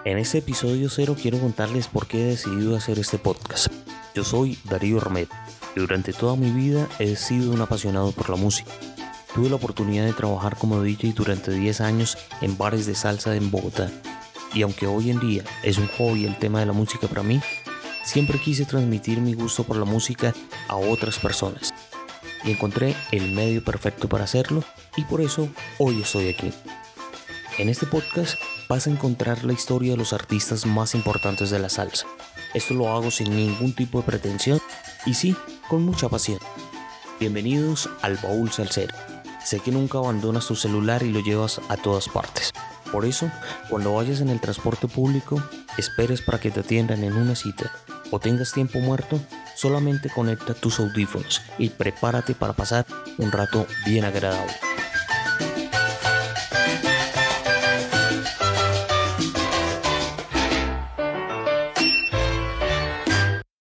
En este episodio 0 quiero contarles por qué he decidido hacer este podcast. Yo soy Darío Romero y durante toda mi vida he sido un apasionado por la música. Tuve la oportunidad de trabajar como DJ durante 10 años en bares de salsa en Bogotá. Y aunque hoy en día es un hobby el tema de la música para mí, siempre quise transmitir mi gusto por la música a otras personas. Y encontré el medio perfecto para hacerlo y por eso hoy estoy aquí. En este podcast vas a encontrar la historia de los artistas más importantes de la salsa. Esto lo hago sin ningún tipo de pretensión y sí, con mucha pasión. Bienvenidos al Baúl Salsero. Sé que nunca abandonas tu celular y lo llevas a todas partes. Por eso, cuando vayas en el transporte público, esperes para que te atiendan en una cita o tengas tiempo muerto, solamente conecta tus audífonos y prepárate para pasar un rato bien agradable.